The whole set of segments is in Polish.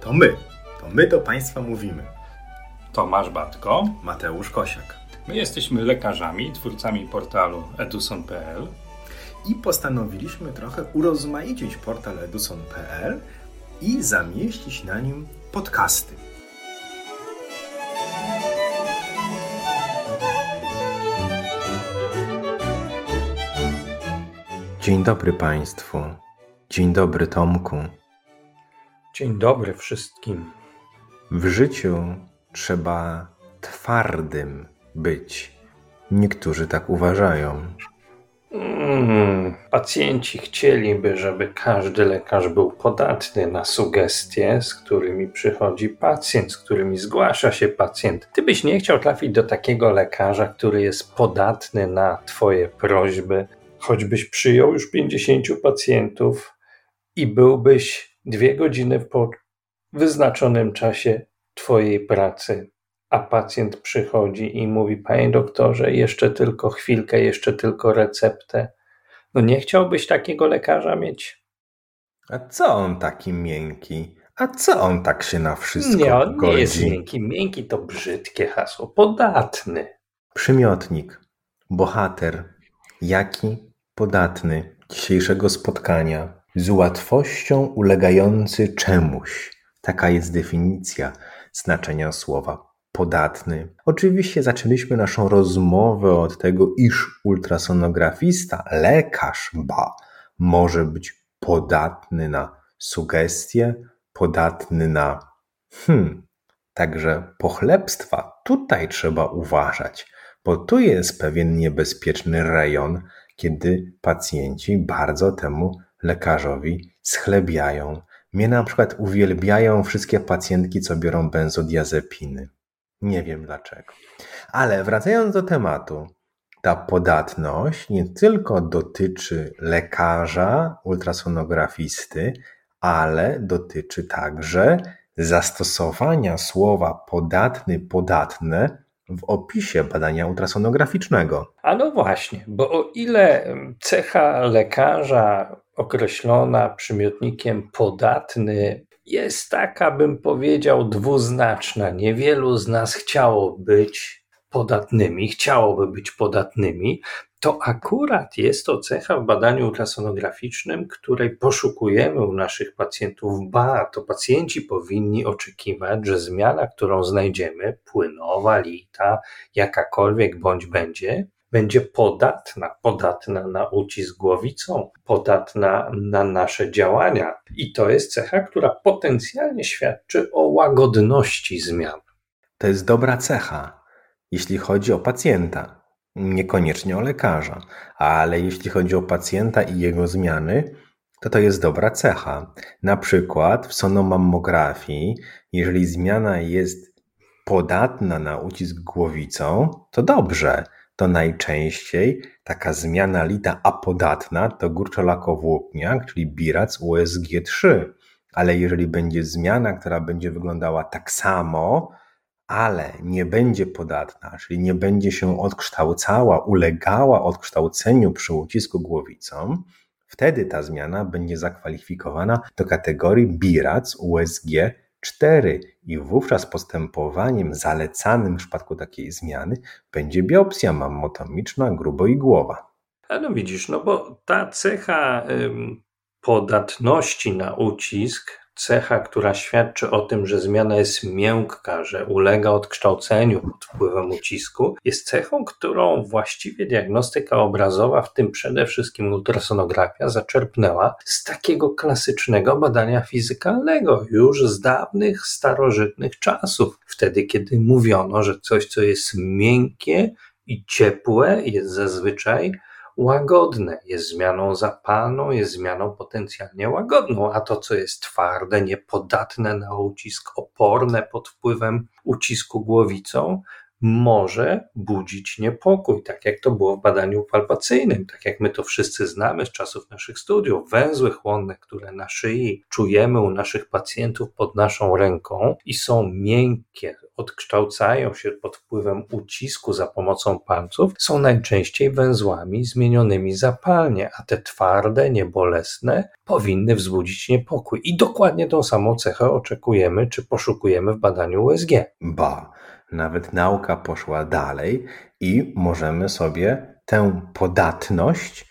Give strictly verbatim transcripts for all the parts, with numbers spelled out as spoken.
To my, to my do Państwa mówimy. Tomasz Batko, Mateusz Kosiak. My jesteśmy lekarzami, twórcami portalu eduson kropka p l i postanowiliśmy trochę urozmaicić portal eduson kropka p l i zamieścić na nim podcasty. Dzień dobry Państwu. Dzień dobry Tomku. Dzień dobry wszystkim. W życiu trzeba twardym być. Niektórzy tak uważają. Mm, pacjenci chcieliby, żeby każdy lekarz był podatny na sugestie, z którymi przychodzi pacjent, z którymi zgłasza się pacjent. Ty byś nie chciał trafić do takiego lekarza, który jest podatny na twoje prośby, choćbyś przyjął już pięćdziesięciu pacjentów i byłbyś dwie godziny po wyznaczonym czasie twojej pracy, a pacjent przychodzi i mówi: panie doktorze, jeszcze tylko chwilkę, jeszcze tylko receptę. No nie chciałbyś takiego lekarza mieć? A co on taki miękki? A co on tak się na wszystko Nie, on godzi? nie jest miękki. Miękki to brzydkie hasło. Podatny. Przymiotnik. Bohater. Jaki podatny dzisiejszego spotkania. Z łatwością ulegający czemuś. Taka jest definicja znaczenia słowa podatny. Oczywiście zaczęliśmy naszą rozmowę od tego, iż ultrasonografista, lekarz, ba, może być podatny na sugestie, podatny na hmm, także pochlebstwa. Tutaj trzeba uważać, bo tu jest pewien niebezpieczny rejon, kiedy pacjenci bardzo temu lekarzowi schlebiają. Mnie na przykład uwielbiają wszystkie pacjentki, co biorą benzodiazepiny. Nie wiem dlaczego. Ale wracając do tematu, ta podatność nie tylko dotyczy lekarza, ultrasonografisty, ale dotyczy także zastosowania słowa podatny, podatne w opisie badania ultrasonograficznego. A no właśnie, bo o ile cecha lekarza określona przymiotnikiem podatny jest taka, bym powiedział, dwuznaczna. Niewielu z nas chciało być podatnymi, chciałoby być podatnymi, to akurat jest to cecha w badaniu ultrasonograficznym, której poszukujemy u naszych pacjentów. Ba, to pacjenci powinni oczekiwać, że zmiana, którą znajdziemy, płynowa, lita, jakakolwiek bądź będzie, będzie podatna, podatna na ucisk głowicą, podatna na nasze działania. I to jest cecha, która potencjalnie świadczy o łagodności zmian. To jest dobra cecha, jeśli chodzi o pacjenta. Niekoniecznie o lekarza, ale jeśli chodzi o pacjenta i jego zmiany, to to jest dobra cecha. Na przykład w sonomammografii, jeżeli zmiana jest podatna na ucisk głowicą, to dobrze. To najczęściej taka zmiana lita apodatna to górczolakowłókniak, czyli birac U S G trzy. Ale jeżeli będzie zmiana, która będzie wyglądała tak samo, ale nie będzie podatna, czyli nie będzie się odkształcała, ulegała odkształceniu przy ucisku głowicą, wtedy ta zmiana będzie zakwalifikowana do kategorii birac U S G cztery i wówczas postępowaniem zalecanym w przypadku takiej zmiany będzie biopsja mammotomiczna gruboigłowa. A no widzisz, no bo ta cecha ym, podatności na ucisk, cecha, która świadczy o tym, że zmiana jest miękka, że ulega odkształceniu pod wpływem ucisku, jest cechą, którą właściwie diagnostyka obrazowa, w tym przede wszystkim ultrasonografia, zaczerpnęła z takiego klasycznego badania fizykalnego, już z dawnych, starożytnych czasów. Wtedy, kiedy mówiono, że coś, co jest miękkie i ciepłe, jest zazwyczaj łagodne, jest zmianą zapalną, jest zmianą potencjalnie łagodną, a to, co jest twarde, niepodatne na ucisk, oporne pod wpływem ucisku głowicą, może budzić niepokój, tak jak to było w badaniu palpacyjnym, tak jak my to wszyscy znamy z czasów naszych studiów. Węzły chłonne, które na szyi czujemy u naszych pacjentów pod naszą ręką i są miękkie, odkształcają się pod wpływem ucisku za pomocą palców, są najczęściej węzłami zmienionymi zapalnie, a te twarde, niebolesne powinny wzbudzić niepokój. I dokładnie tą samą cechę oczekujemy czy poszukujemy w badaniu U S G. Ba, nawet nauka poszła dalej i możemy sobie tę podatność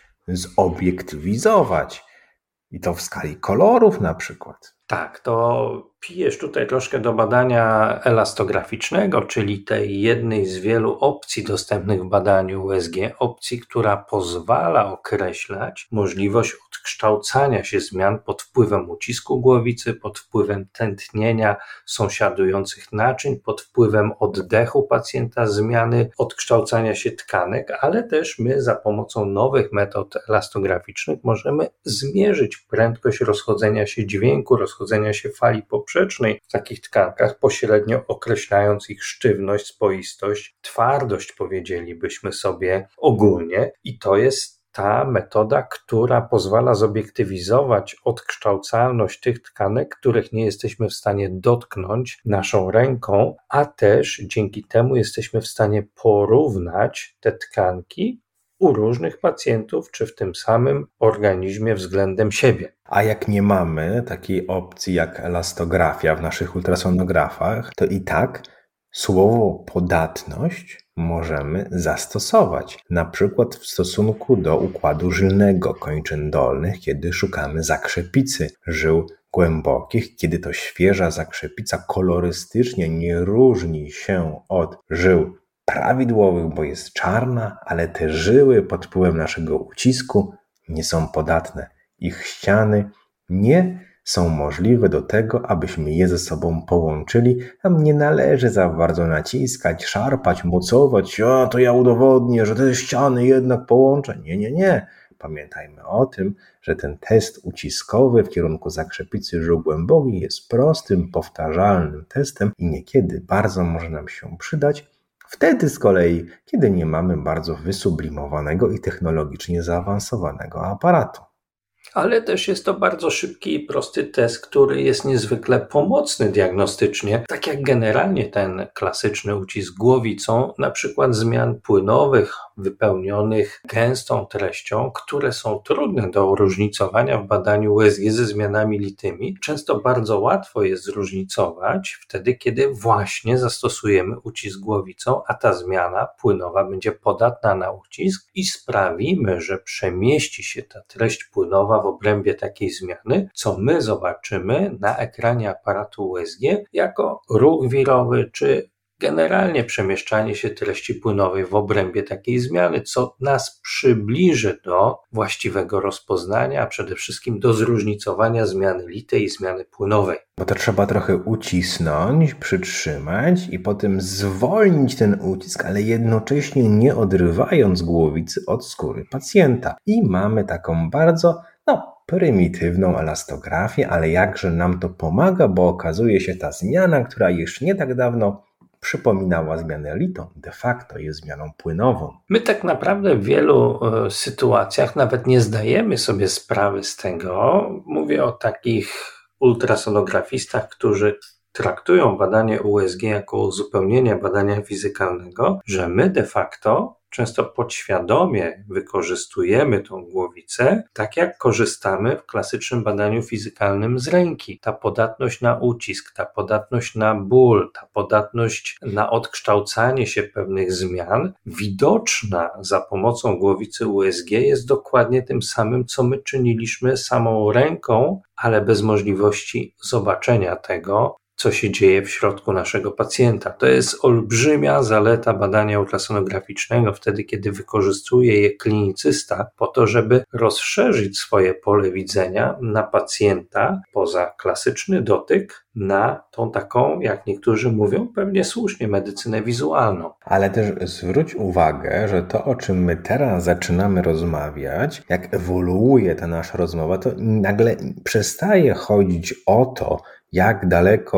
zobiektywizować. I to w skali kolorów na przykład. Tak, to pijesz tutaj troszkę do badania elastograficznego, czyli tej jednej z wielu opcji dostępnych w badaniu U S G, opcji, która pozwala określać możliwość odkształcania się zmian pod wpływem ucisku głowicy, pod wpływem tętnienia sąsiadujących naczyń, pod wpływem oddechu pacjenta, zmiany odkształcania się tkanek, ale też my za pomocą nowych metod elastograficznych możemy zmierzyć prędkość rozchodzenia się dźwięku, rozchodzenia się fali poprzecznej w takich tkankach, pośrednio określając ich sztywność, spoistość, twardość, powiedzielibyśmy sobie ogólnie. I to jest ta metoda, która pozwala zobiektywizować odkształcalność tych tkanek, których nie jesteśmy w stanie dotknąć naszą ręką, a też dzięki temu jesteśmy w stanie porównać te tkanki u różnych pacjentów, czy w tym samym organizmie względem siebie. A jak nie mamy takiej opcji jak elastografia w naszych ultrasonografach, to i tak słowo podatność możemy zastosować. Na przykład w stosunku do układu żylnego kończyn dolnych, kiedy szukamy zakrzepicy żył głębokich, kiedy to świeża zakrzepica kolorystycznie nie różni się od żył prawidłowych, bo jest czarna, ale te żyły pod wpływem naszego ucisku nie są podatne. Ich ściany nie są możliwe do tego, abyśmy je ze sobą połączyli. Tam nie należy za bardzo naciskać, szarpać, mocować. A to ja udowodnię, że te ściany jednak połączę. Nie, nie, nie. Pamiętajmy o tym, że ten test uciskowy w kierunku zakrzepicy żył głębokich jest prostym, powtarzalnym testem i niekiedy bardzo może nam się przydać. Wtedy z kolei, kiedy nie mamy bardzo wysublimowanego i technologicznie zaawansowanego aparatu. Ale też jest to bardzo szybki i prosty test, który jest niezwykle pomocny diagnostycznie, tak jak generalnie ten klasyczny ucisk głowicą, na przykład zmian płynowych wypełnionych gęstą treścią, które są trudne do uróżnicowania w badaniu U S G ze zmianami litymi. Często bardzo łatwo jest zróżnicować wtedy, kiedy właśnie zastosujemy ucisk głowicą, a ta zmiana płynowa będzie podatna na ucisk i sprawimy, że przemieści się ta treść płynowa w obrębie takiej zmiany, co my zobaczymy na ekranie aparatu U S G jako ruch wirowy czy generalnie przemieszczanie się treści płynowej w obrębie takiej zmiany, co nas przybliży do właściwego rozpoznania, a przede wszystkim do zróżnicowania zmiany litej i zmiany płynowej. Bo to trzeba trochę ucisnąć, przytrzymać i potem zwolnić ten ucisk, ale jednocześnie nie odrywając głowicy od skóry pacjenta. I mamy taką bardzo, no, prymitywną elastografię, ale jakże nam to pomaga, bo okazuje się ta zmiana, która już nie tak dawno przypominała zmianę litą, de facto jest zmianą płynową. My tak naprawdę w wielu y, sytuacjach nawet nie zdajemy sobie sprawy z tego. Mówię o takich ultrasonografistach, którzy traktują badanie U S G jako uzupełnienie badania fizykalnego, że my de facto często podświadomie wykorzystujemy tą głowicę, tak jak korzystamy w klasycznym badaniu fizykalnym z ręki. Ta podatność na ucisk, ta podatność na ból, ta podatność na odkształcanie się pewnych zmian, widoczna za pomocą głowicy U S G, jest dokładnie tym samym, co my czyniliśmy samą ręką, ale bez możliwości zobaczenia tego, co się dzieje w środku naszego pacjenta. To jest olbrzymia zaleta badania ultrasonograficznego wtedy, kiedy wykorzystuje je klinicysta po to, żeby rozszerzyć swoje pole widzenia na pacjenta poza klasyczny dotyk, na tą taką, jak niektórzy mówią, pewnie słusznie, medycynę wizualną. Ale też zwróć uwagę, że to, o czym my teraz zaczynamy rozmawiać, jak ewoluuje ta nasza rozmowa, to nagle przestaje chodzić o to, jak daleko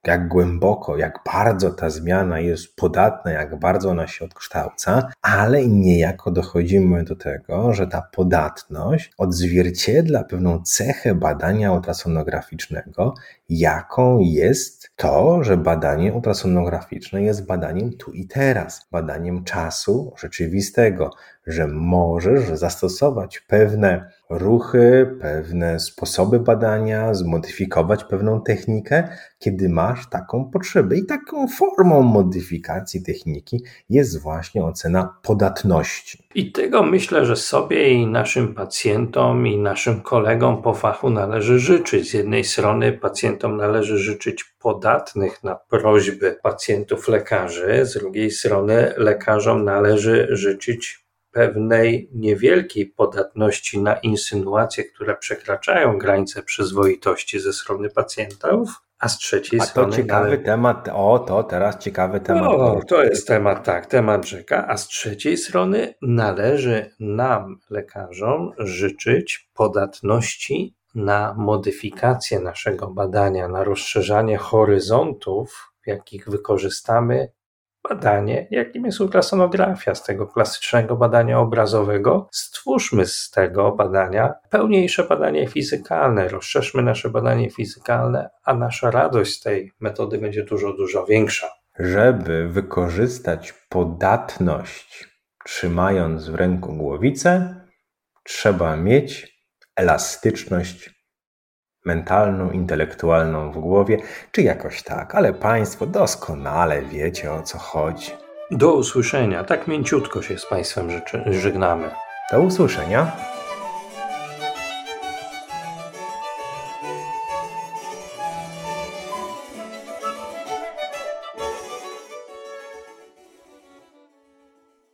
jak głęboko, jak bardzo ta zmiana jest podatna, jak bardzo ona się odkształca, ale niejako dochodzimy do tego, że ta podatność odzwierciedla pewną cechę badania ultrasonograficznego, jaką jest to, że badanie ultrasonograficzne jest badaniem tu i teraz, badaniem czasu rzeczywistego, że możesz zastosować pewne ruchy, pewne sposoby badania, zmodyfikować pewną technikę, kiedy masz taką potrzebę. I taką formą modyfikacji techniki jest właśnie ocena podatności. I tego myślę, że sobie i naszym pacjentom i naszym kolegom po fachu należy życzyć. Z jednej strony pacjentom należy życzyć podatnych na prośby pacjentów lekarzy, z drugiej strony lekarzom należy życzyć pewnej niewielkiej podatności na insynuacje, które przekraczają granice przyzwoitości ze strony pacjentów, a z trzeciej A to strony... ciekawy nale... temat, o to teraz ciekawy temat. O, to jest temat, tak, temat rzeka, a z trzeciej strony należy nam, lekarzom, życzyć podatności na modyfikację naszego badania, na rozszerzanie horyzontów, w jakich wykorzystamy badanie, jakim jest ultrasonografia. Z tego klasycznego badania obrazowego stwórzmy z tego badania pełniejsze badanie fizykalne, rozszerzmy nasze badanie fizykalne, a nasza radość z tej metody będzie dużo, dużo większa. Żeby wykorzystać podatność, trzymając w ręku głowicę, trzeba mieć elastyczność mentalną, intelektualną w głowie, czy jakoś tak, ale Państwo doskonale wiecie, o co chodzi. Do usłyszenia. Tak mięciutko się z Państwem żegnamy. Do usłyszenia.